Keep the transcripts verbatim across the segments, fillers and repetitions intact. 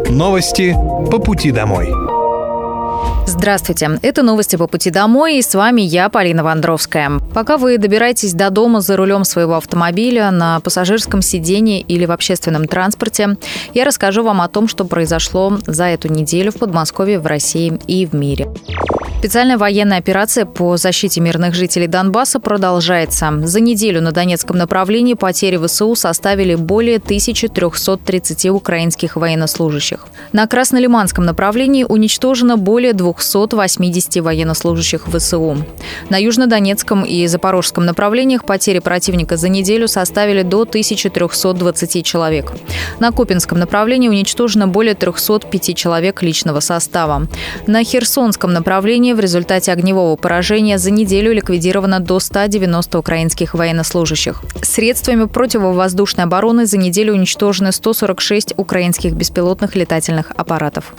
Новости по пути домой. Здравствуйте, это новости по пути домой, и с вами я, Полина Вандровская. Пока вы добираетесь до дома за рулем своего автомобиля, на пассажирском сидении или в общественном транспорте, я расскажу вам о том, что произошло за эту неделю в Подмосковье, в России и в мире. Специальная военная операция по защите мирных жителей Донбасса продолжается. За неделю на Донецком направлении потери ВСУ составили более тысяча триста тридцать украинских военнослужащих. На Краснолиманском направлении уничтожено более двести восемьдесят военнослужащих ВСУ. На Южнодонецком и Запорожском направлениях потери противника за неделю составили до тысячи трёхсот двадцати человек. На Купинском направлении уничтожено более трёхсот пяти человек личного состава. На Херсонском направлении в результате огневого поражения за неделю ликвидировано до ста девяноста украинских военнослужащих. Средствами противовоздушной обороны за неделю уничтожены сто сорок шесть украинских беспилотных летательных аппаратов.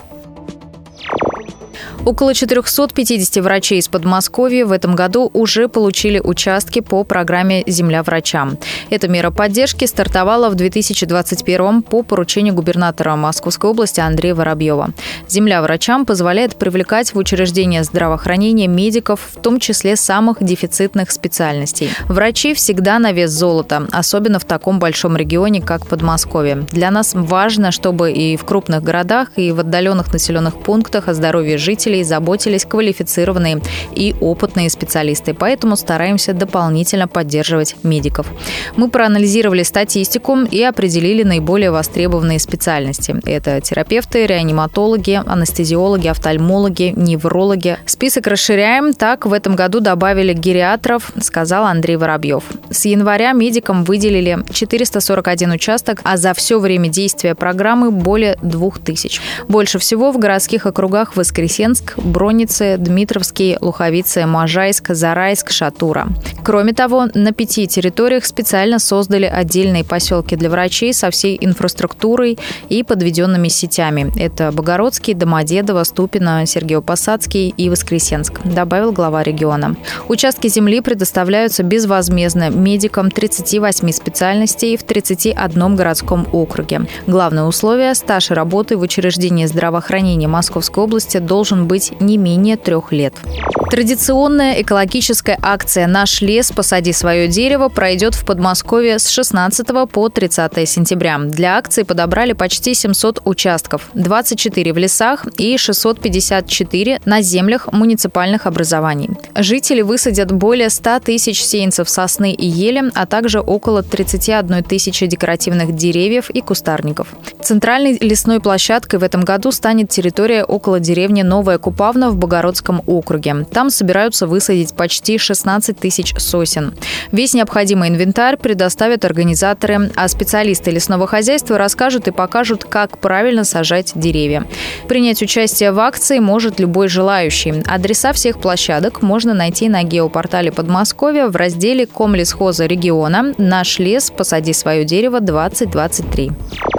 Около четырехсот пятидесяти врачей из Подмосковья в этом году уже получили участки по программе «Земля врачам». Эта мера поддержки стартовала в две тысячи двадцать первом по поручению губернатора Московской области Андрея Воробьева. «Земля врачам» позволяет привлекать в учреждения здравоохранения медиков, в том числе самых дефицитных специальностей. Врачи всегда на вес золота, особенно в таком большом регионе, как Подмосковье. Для нас важно, чтобы и в крупных городах, и в отдаленных населенных пунктах о здоровье жителей заботились квалифицированные и опытные специалисты, поэтому стараемся дополнительно поддерживать медиков. Мы проанализировали статистику и определили наиболее востребованные специальности. Это терапевты, реаниматологи, анестезиологи, офтальмологи, неврологи. Список расширяем. Так, в этом году добавили гериатров, сказал Андрей Воробьев. С января медикам выделили четыреста сорок один участок, а за все время действия программы более двух тысяч. Больше всего в городских округах Воскресенск, Бронницы, Дмитровский, Луховицы, Можайск, Зарайск, Шатура. Кроме того, на пяти территориях специально создали отдельные поселки для врачей со всей инфраструктурой и подведенными сетями. Это Богородский, Домодедово, Ступино, Сергиево-Посадский и Воскресенск, добавил глава региона. Участки земли предоставляются безвозмездно медикам тридцати восьми специальностей в тридцати одном городском округе. Главное условие – стаж работы в учреждении здравоохранения Московской области должен быть не менее трех лет. Традиционная экологическая акция «Наш лес. Посади свое дерево» пройдет в Подмосковье с шестнадцатого по тридцатое сентября. Для акции подобрали почти семьсот участков, двадцать четыре в лесах и шестьсот пятьдесят четыре на землях муниципальных образований. Жители высадят более ста тысяч сеянцев сосны и ели, а также около тридцати одной тысячи декоративных деревьев и кустарников. Центральной лесной площадкой в этом году станет территория около деревни Новая Купавна в Богородском округе. Там собираются высадить почти шестнадцать тысяч сосен. Весь необходимый инвентарь предоставят организаторы, а специалисты лесного хозяйства расскажут и покажут, как правильно сажать деревья. Принять участие в акции может любой желающий. Адреса всех площадок можно найти на геопортале Подмосковья в разделе Комлесхоза региона «Наш лес. Посади свое дерево двадцать двадцать три».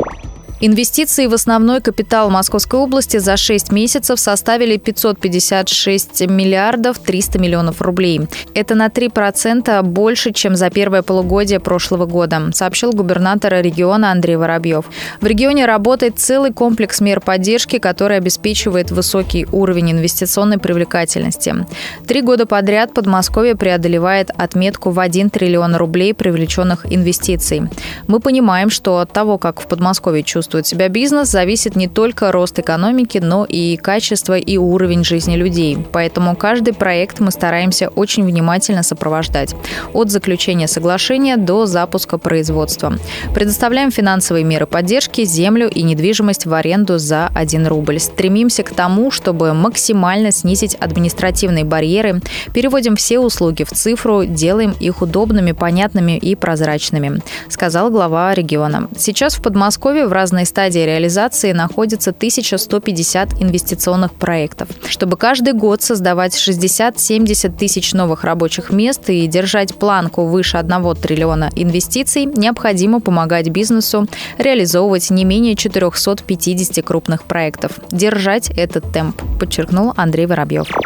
Инвестиции в основной капитал Московской области за шесть месяцев составили пятьсот пятьдесят шесть миллиардов триста миллионов рублей. Это на три процента больше, чем за первое полугодие прошлого года, сообщил губернатор региона Андрей Воробьев. В регионе работает целый комплекс мер поддержки, который обеспечивает высокий уровень инвестиционной привлекательности. Три года подряд Подмосковье преодолевает отметку в один триллион рублей привлеченных инвестиций. Мы понимаем, что от того, как в Подмосковье чувствуют себя бизнес, зависит не только рост экономики, но и качество и уровень жизни людей. Поэтому каждый проект мы стараемся очень внимательно сопровождать. От заключения соглашения до запуска производства. Предоставляем финансовые меры поддержки, землю и недвижимость в аренду за один рубль. Стремимся к тому, чтобы максимально снизить административные барьеры, переводим все услуги в цифру, делаем их удобными, понятными и прозрачными, сказал глава региона. Сейчас в Подмосковье в разные стадии реализации находится тысяча сто пятьдесят инвестиционных проектов. Чтобы каждый год создавать шестьдесят-семьдесят тысяч новых рабочих мест и держать планку выше одного триллиона инвестиций, необходимо помогать бизнесу реализовывать не менее четырехсот пятидесяти крупных проектов. Держать этот темп, подчеркнул Андрей Воробьев.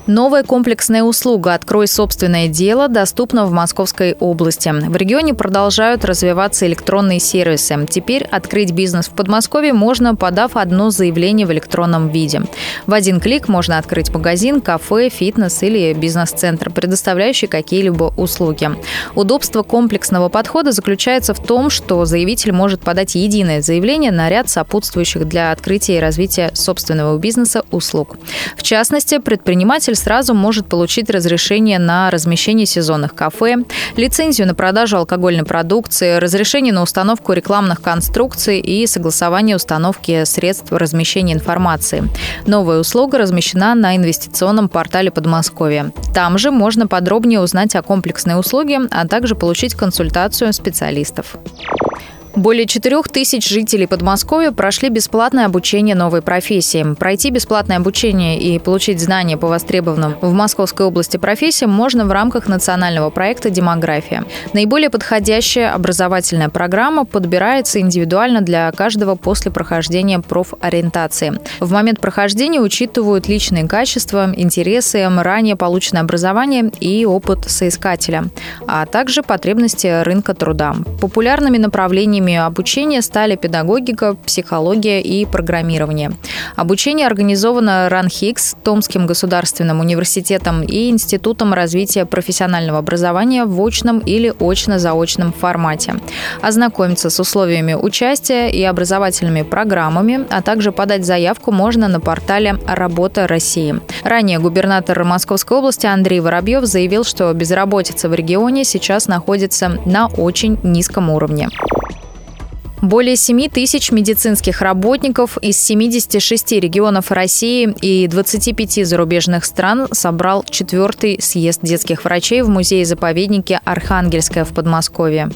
Новая комплексная услуга «Открой собственное дело» доступна в Московской области. В регионе продолжают развиваться электронные сервисы. Теперь открыть бизнес в Подмосковье можно, подав одно заявление в электронном виде. В один клик можно открыть магазин, кафе, фитнес или бизнес-центр, предоставляющий какие-либо услуги. Удобство комплексного подхода заключается в том, что заявитель может подать единое заявление на ряд сопутствующих для открытия и развития собственного бизнеса услуг. В частности, предприниматель сразу может получить разрешение на размещение сезонных кафе, лицензию на продажу алкогольной продукции, разрешение на установку рекламных конструкций и согласование установки средств размещения информации. Новая услуга размещена на инвестиционном портале Подмосковья. Там же можно подробнее узнать о комплексной услуге, а также получить консультацию специалистов. Более четырех тысяч жителей Подмосковья прошли бесплатное обучение новой профессии. Пройти бесплатное обучение и получить знания по востребованным в Московской области профессиям можно в рамках национального проекта «Демография». Наиболее подходящая образовательная программа подбирается индивидуально для каждого после прохождения профориентации. В момент прохождения учитывают личные качества, интересы, ранее полученное образование и опыт соискателя, а также потребности рынка труда. Популярными направлениями обучения стали педагогика, психология и программирование. Обучение организовано РАНХИКС, Томским государственным университетом и Институтом развития профессионального образования в очном или очно-заочном формате. Ознакомиться с условиями участия и образовательными программами, а также подать заявку можно на портале «Работа России». Ранее губернатор Московской области Андрей Воробьев заявил, что безработица в регионе сейчас находится на очень низком уровне. Более семи тысяч медицинских работников из семидесяти шести регионов России и двадцати пяти зарубежных стран собрал четвертый съезд детских врачей в музее-заповеднике Архангельское в Подмосковье.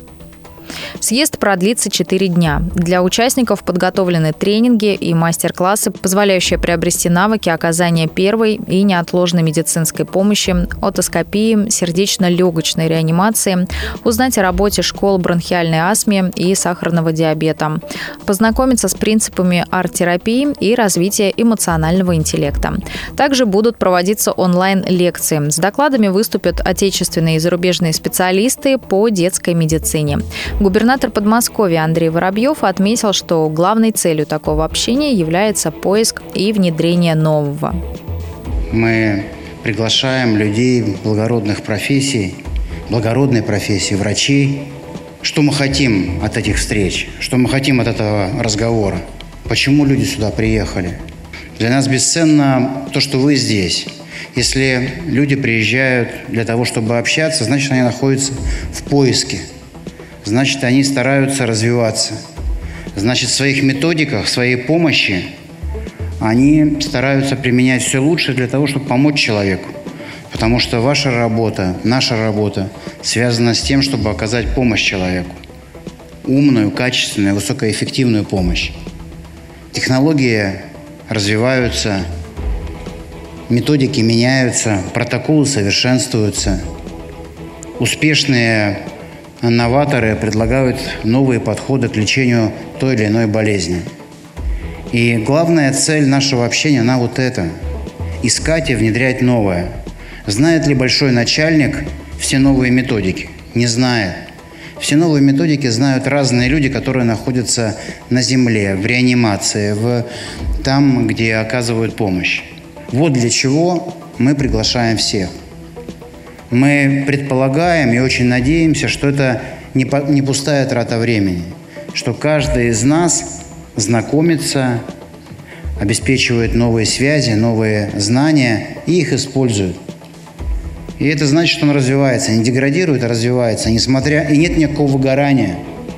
Съезд продлится четыре дня. Для участников подготовлены тренинги и мастер-классы, позволяющие приобрести навыки оказания первой и неотложной медицинской помощи, отоскопии, сердечно-легочной реанимации, узнать о работе школ бронхиальной астмы и сахарного диабета, познакомиться с принципами арт-терапии и развития эмоционального интеллекта. Также будут проводиться онлайн-лекции. С докладами выступят отечественные и зарубежные специалисты по детской медицине. Губернатор Подмосковья Андрей Воробьев отметил, что главной целью такого общения является поиск и внедрение нового. Мы приглашаем людей благородных профессий, благородной профессии, врачей. Что мы хотим от этих встреч? Что мы хотим от этого разговора? Почему люди сюда приехали? Для нас бесценно то, что вы здесь. Если люди приезжают для того, чтобы общаться, значит, они находятся в поиске. Значит, они стараются развиваться. Значит, в своих методиках, в своей помощи они стараются применять все лучшее для того, чтобы помочь человеку. Потому что ваша работа, наша работа связана с тем, чтобы оказать помощь человеку. Умную, качественную, высокоэффективную помощь. Технологии развиваются, методики меняются, протоколы совершенствуются. Успешные новаторы предлагают новые подходы к лечению той или иной болезни. И главная цель нашего общения, она вот это – искать и внедрять новое. Знает ли большой начальник все новые методики? Не знает. Все новые методики знают разные люди, которые находятся на земле, в реанимации, в, там, где оказывают помощь. Вот для чего мы приглашаем всех. Мы предполагаем и очень надеемся, что это не, по, не пустая трата времени, что каждый из нас знакомится, обеспечивает новые связи, новые знания и их использует. И это значит, что он развивается, не деградирует, а развивается, несмотря и нет никакого выгорания.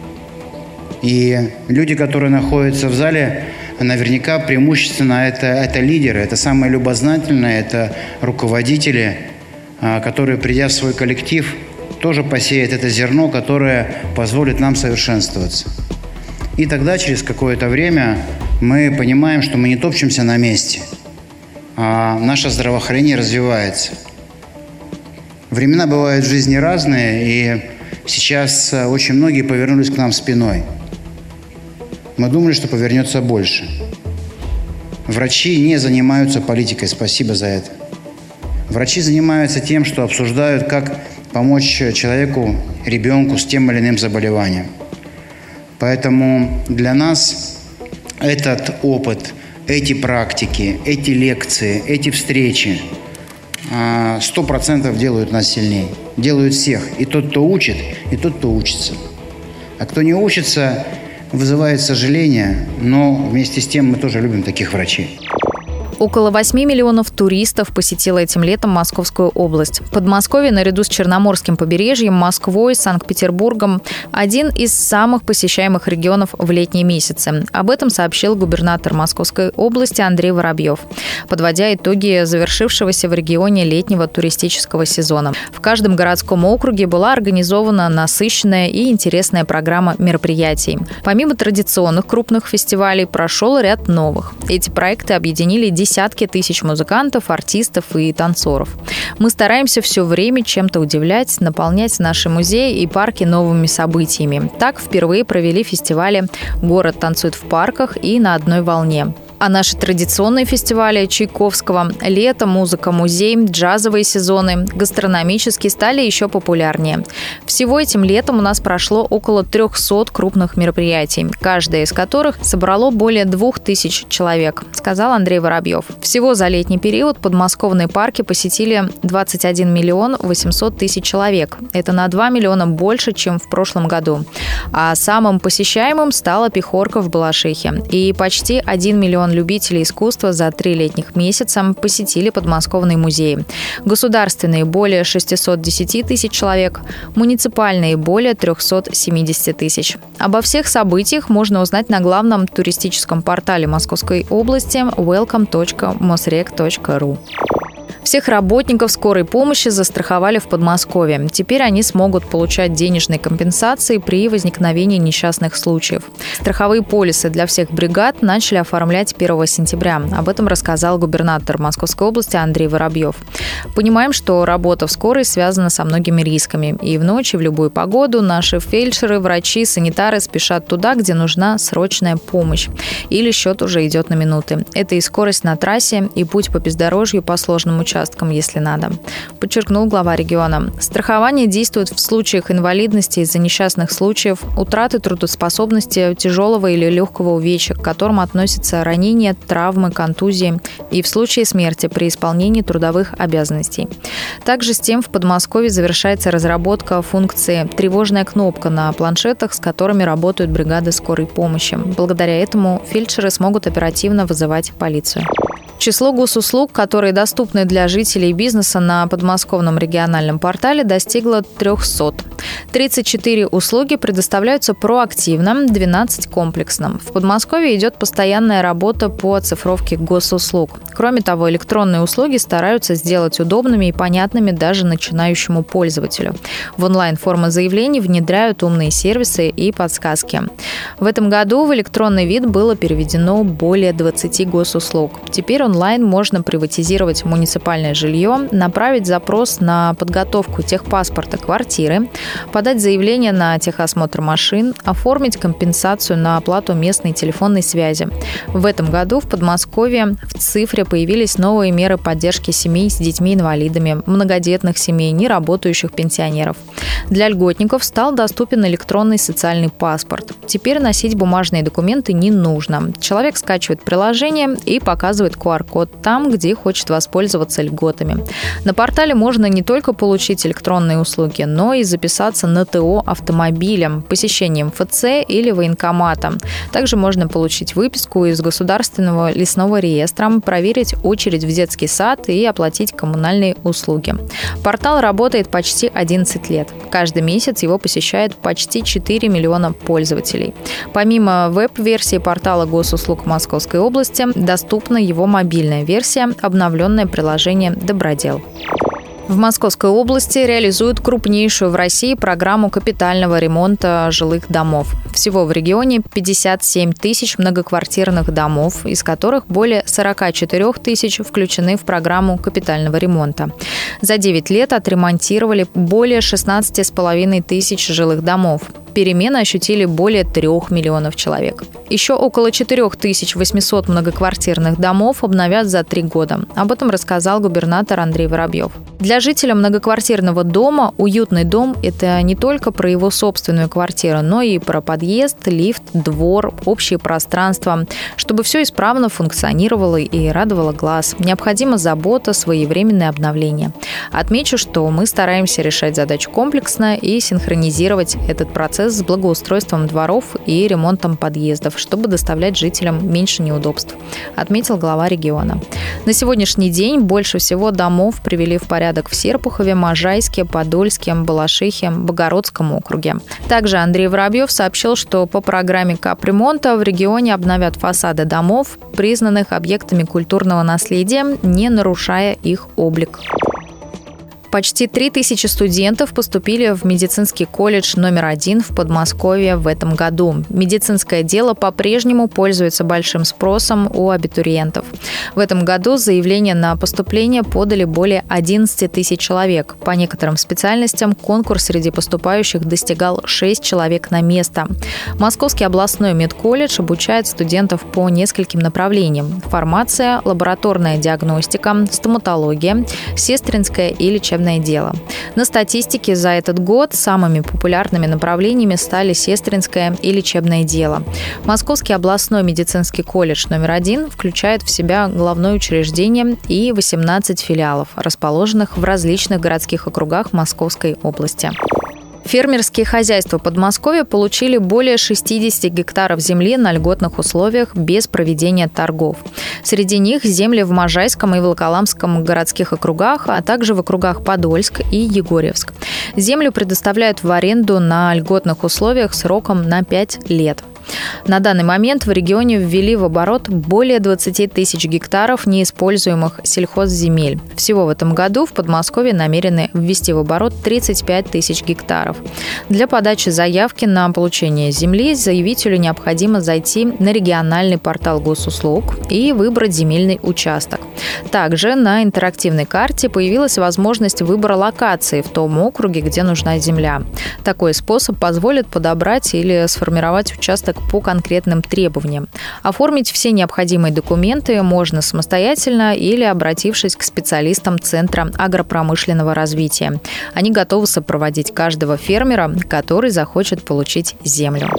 И люди, которые находятся в зале, наверняка преимущественно это, это лидеры, это самые любознательные, это руководители, которые, придя в свой коллектив, тоже посеют это зерно, которое позволит нам совершенствоваться. И тогда, через какое-то время, мы понимаем, что мы не топчемся на месте, а наше здравоохранение развивается. Времена бывают в жизни разные, и сейчас очень многие повернулись к нам спиной. Мы думали, что повернется больше. Врачи не занимаются политикой, спасибо за это. Врачи занимаются тем, что обсуждают, как помочь человеку, ребенку с тем или иным заболеванием. Поэтому для нас этот опыт, эти практики, эти лекции, эти встречи сто процентов делают нас сильнее, делают всех. И тот, кто учит, и тот, кто учится. А кто не учится, вызывает сожаление, но вместе с тем мы тоже любим таких врачей. Около восьми миллионов туристов посетило этим летом Московскую область. Подмосковье наряду с Черноморским побережьем, Москвой, Санкт-Петербургом – один из самых посещаемых регионов в летние месяцы. Об этом сообщил губернатор Московской области Андрей Воробьев, подводя итоги завершившегося в регионе летнего туристического сезона. В каждом городском округе была организована насыщенная и интересная программа мероприятий. Помимо традиционных крупных фестивалей, прошел ряд новых. Эти проекты объединили десятки Десятки тысяч музыкантов, артистов и танцоров. Мы стараемся все время чем-то удивлять, наполнять наши музеи и парки новыми событиями. Так впервые провели фестивали «Город танцует в парках» и «На одной волне». А наши традиционные фестивали Чайковского, лето, музыка, музей, джазовые сезоны, гастрономические стали еще популярнее. Всего этим летом у нас прошло около трехсот крупных мероприятий, каждое из которых собрало более двух тысяч человек, сказал Андрей Воробьев. Всего за летний период подмосковные парки посетили двадцать один миллион восемьсот тысяч человек. Это на два миллиона больше, чем в прошлом году. А самым посещаемым стала Пехорка в Балашихе. И почти один миллион любителей искусства за три летних месяца посетили подмосковные музеи. Государственные – более шестьсот десять тысяч человек, муниципальные – более триста семьдесят тысяч. Обо всех событиях можно узнать на главном туристическом портале Московской области welcome точка mosreg точка ру. Всех работников скорой помощи застраховали в Подмосковье. Теперь они смогут получать денежные компенсации при возникновении несчастных случаев. Страховые полисы для всех бригад начали оформлять первого сентября. Об этом рассказал губернатор Московской области Андрей Воробьев. Понимаем, что работа в скорой связана со многими рисками. И в ночь, и в любую погоду наши фельдшеры, врачи, санитары спешат туда, где нужна срочная помощь. Или счет уже идет на минуты. Это и скорость на трассе, и путь по бездорожью по сложным участкам, если надо, подчеркнул глава региона. Страхование действует в случаях инвалидности из-за несчастных случаев, утраты трудоспособности, тяжелого или легкого увечья, к которым относятся ранения, травмы, контузии, и в случае смерти при исполнении трудовых обязанностей. Также с тем в Подмосковье завершается разработка функции «Тревожная кнопка» на планшетах, с которыми работают бригады скорой помощи. Благодаря этому фельдшеры смогут оперативно вызывать полицию. Число госуслуг, которые доступны для жителей и бизнеса на подмосковном региональном портале, достигло трехсот. тридцать четыре услуги предоставляются проактивно, двенадцать комплексно. В Подмосковье идет постоянная работа по оцифровке госуслуг. Кроме того, электронные услуги стараются сделать удобными и понятными даже начинающему пользователю. В онлайн-формы заявлений внедряют умные сервисы и подсказки. В этом году в электронный вид было переведено более двадцати госуслуг. Теперь онлайн можно приватизировать муниципальное жилье, направить запрос на подготовку техпаспорта квартиры, подать заявление на техосмотр машин, оформить компенсацию на оплату местной телефонной связи. В этом году в Подмосковье в цифре появились новые меры поддержки семей с детьми-инвалидами, многодетных семей, неработающих пенсионеров. Для льготников стал доступен электронный социальный паспорт. Теперь носить бумажные документы не нужно. Человек скачивает приложение и показывает ку ар код там, где хочет воспользоваться льготами. На портале можно не только получить электронные услуги, но и записаться на ТО автомобилем, посещением эф цэ или военкомата. Также можно получить выписку из Государственного лесного реестра, проверить очередь в детский сад и оплатить коммунальные услуги. Портал работает почти одиннадцать лет. Каждый месяц его посещает почти четыре миллиона пользователей. Помимо веб-версии портала госуслуг Московской области, доступна его мобильная версия, обновленное приложение «Добродел». В Московской области реализуют крупнейшую в России программу капитального ремонта жилых домов. Всего в регионе пятьдесят семь тысяч многоквартирных домов, из которых более сорок четыре тысячи включены в программу капитального ремонта. За девять лет отремонтировали более шестнадцать с половиной тысяч жилых домов. Перемены ощутили более трех миллионов человек. Еще около четырех тысяч восьмисот многоквартирных домов обновят за три года. Об этом рассказал губернатор Андрей Воробьев. Для жителя многоквартирного дома уютный дом – это не только про его собственную квартиру, но и про подъезд, лифт, двор, общее пространство. Чтобы все исправно функционировало и радовало глаз, необходима забота, своевременное обновление. Отмечу, что мы стараемся решать задачу комплексно и синхронизировать этот процесс с благоустройством дворов и ремонтом подъездов, чтобы доставлять жителям меньше неудобств, отметил глава региона. На сегодняшний день больше всего домов привели в порядок в Серпухове, Можайске, Подольске, Балашихе, Богородском округе. Также Андрей Воробьев сообщил, что по программе капремонта в регионе обновят фасады домов, признанных объектами культурного наследия, не нарушая их облик. Почти три тысячи студентов поступили в медицинский колледж номер один в Подмосковье в этом году. Медицинское дело по-прежнему пользуется большим спросом у абитуриентов. В этом году заявления на поступление подали более одиннадцати тысяч человек. По некоторым специальностям конкурс среди поступающих достигал шесть человек на место. Московский областной медколледж обучает студентов по нескольким направлениям: фармация, лабораторная диагностика, стоматология, сестринское и лечебное дело. На статистике за этот год самыми популярными направлениями стали сестринское и лечебное дело. Московский областной медицинский колледж номер один включает в себя главное учреждение и восемнадцать филиалов, расположенных в различных городских округах Московской области. Фермерские хозяйства Подмосковья получили более шестидесяти гектаров земли на льготных условиях без проведения торгов. Среди них земли в Можайском и Волоколамском городских округах, а также в округах Подольск и Егорьевск. Землю предоставляют в аренду на льготных условиях сроком на пять лет. На данный момент в регионе ввели в оборот более двадцати тысяч гектаров неиспользуемых сельхозземель. Всего в этом году в Подмосковье намерены ввести в оборот тридцать пять тысяч гектаров. Для подачи заявки на получение земли заявителю необходимо зайти на региональный портал госуслуг и выбрать земельный участок. Также на интерактивной карте появилась возможность выбора локации в том округе, где нужна земля. Такой способ позволит подобрать или сформировать участок по конкретным требованиям. Оформить все необходимые документы можно самостоятельно или обратившись к специалистам Центра агропромышленного развития. Они готовы сопроводить каждого фермера, который захочет получить землю.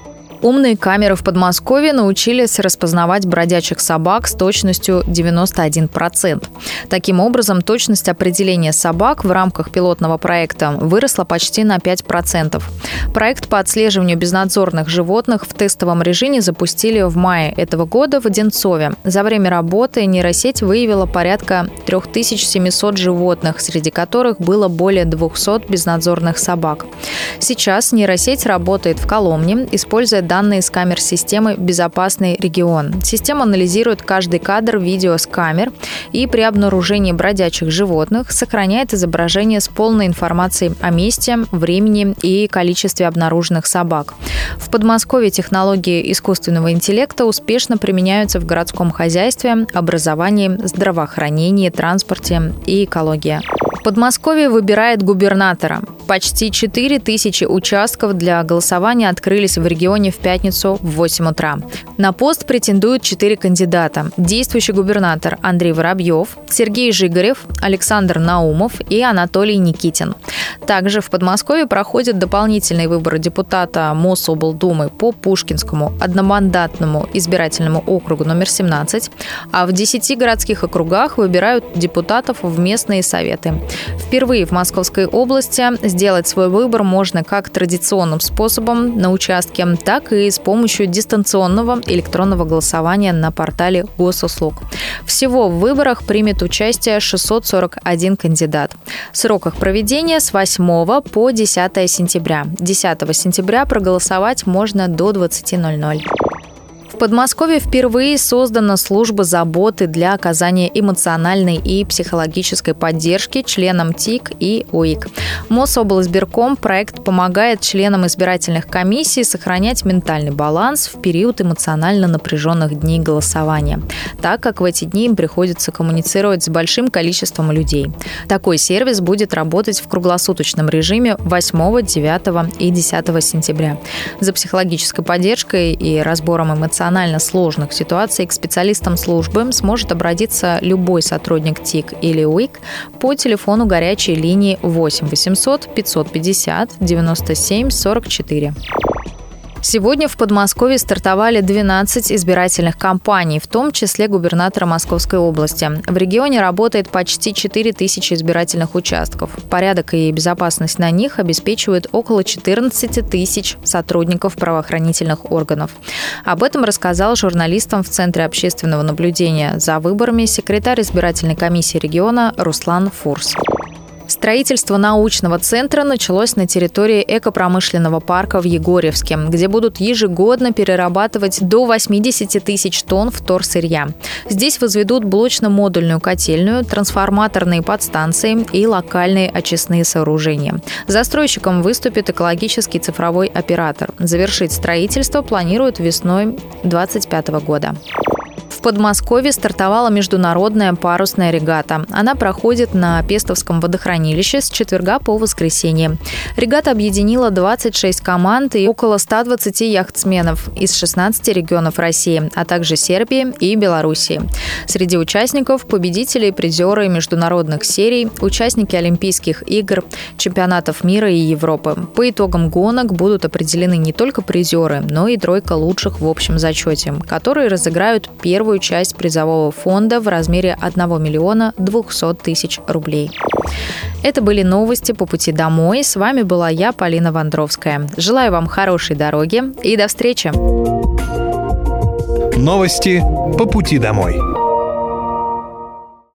Умные камеры в Подмосковье научились распознавать бродячих собак с точностью девяносто один процент. Таким образом, точность определения собак в рамках пилотного проекта выросла почти на пять процентов. Проект по отслеживанию безнадзорных животных в тестовом режиме запустили в мае этого года в Одинцове. За время работы нейросеть выявила порядка три тысячи семьсот животных, среди которых было более двухсот безнадзорных собак. Сейчас нейросеть работает в Коломне, используя данные с камер системы «Безопасный регион». Система анализирует каждый кадр видео с камер и при обнаружении бродячих животных сохраняет изображение с полной информацией о месте, времени и количестве обнаруженных собак. В Подмосковье технологии искусственного интеллекта успешно применяются в городском хозяйстве, образовании, здравоохранении, транспорте и экологии. Подмосковье выбирает губернатора. Почти четыре тысячи участков для голосования открылись в регионе в пятницу в восемь утра. На пост претендуют четыре кандидата. Действующий губернатор Андрей Воробьев, Сергей Жигарев, Александр Наумов и Анатолий Никитин. Также в Подмосковье проходят дополнительные выборы депутата Мособлдумы по Пушкинскому одномандатному избирательному округу номер семнадцать, а в десяти городских округах выбирают депутатов в местные советы. Впервые в Московской области сделать свой выбор можно как традиционным способом на участке, так и с помощью дистанционного электронного голосования на портале госуслуг. Всего в выборах примет участие шестьсот сорок один кандидат. Срок их проведения с восьмого по десятое сентября. десятого сентября проголосовать можно до двадцати ноль-ноль. В Подмосковье впервые создана служба заботы для оказания эмоциональной и психологической поддержки членам ТИК и УИК. Мособлсбирком проект помогает членам избирательных комиссий сохранять ментальный баланс в период эмоционально напряженных дней голосования, так как в эти дни им приходится коммуницировать с большим количеством людей. Такой сервис будет работать в круглосуточном режиме восьмого, девятого и десятого сентября. За психологической поддержкой и разбором эмоциональных эмоционально сложных ситуаций к специалистам службы сможет обратиться любой сотрудник ТИК или УИК по телефону горячей линии восемь восемьсот пятьсот пятьдесят девяносто семь сорок четыре. Сегодня в Подмосковье стартовали двенадцать избирательных кампаний, в том числе губернатора Московской области. В регионе работает почти четыре тысячи избирательных участков. Порядок и безопасность на них обеспечивают около четырнадцати тысяч сотрудников правоохранительных органов. Об этом рассказал журналистам в Центре общественного наблюдения за выборами секретарь избирательной комиссии региона Руслан Фурс. Строительство научного центра началось на территории экопромышленного парка в Егорьевске, где будут ежегодно перерабатывать до восьмидесяти тысяч тонн вторсырья. Здесь возведут блочно-модульную котельную, трансформаторные подстанции и локальные очистные сооружения. Застройщиком выступит экологический цифровой оператор. Завершить строительство планируют весной две тысячи двадцать пятого года. В Подмосковье стартовала международная парусная регата. Она проходит на Пестовском водохранилище с четверга по воскресенье. Регата объединила двадцать шесть команд и около ста двадцати яхтсменов из шестнадцати регионов России, а также Сербии и Белоруссии. Среди участников – победители и призеры международных серий, участники Олимпийских игр, чемпионатов мира и Европы. По итогам гонок будут определены не только призеры, но и тройка лучших в общем зачете, которые разыграют первую часть призового фонда в размере одного миллиона двухсот тысяч рублей. Это были новости по пути домой. С вами была я, Полина Вандровская. Желаю вам хорошей дороги и до встречи. Новости по пути домой.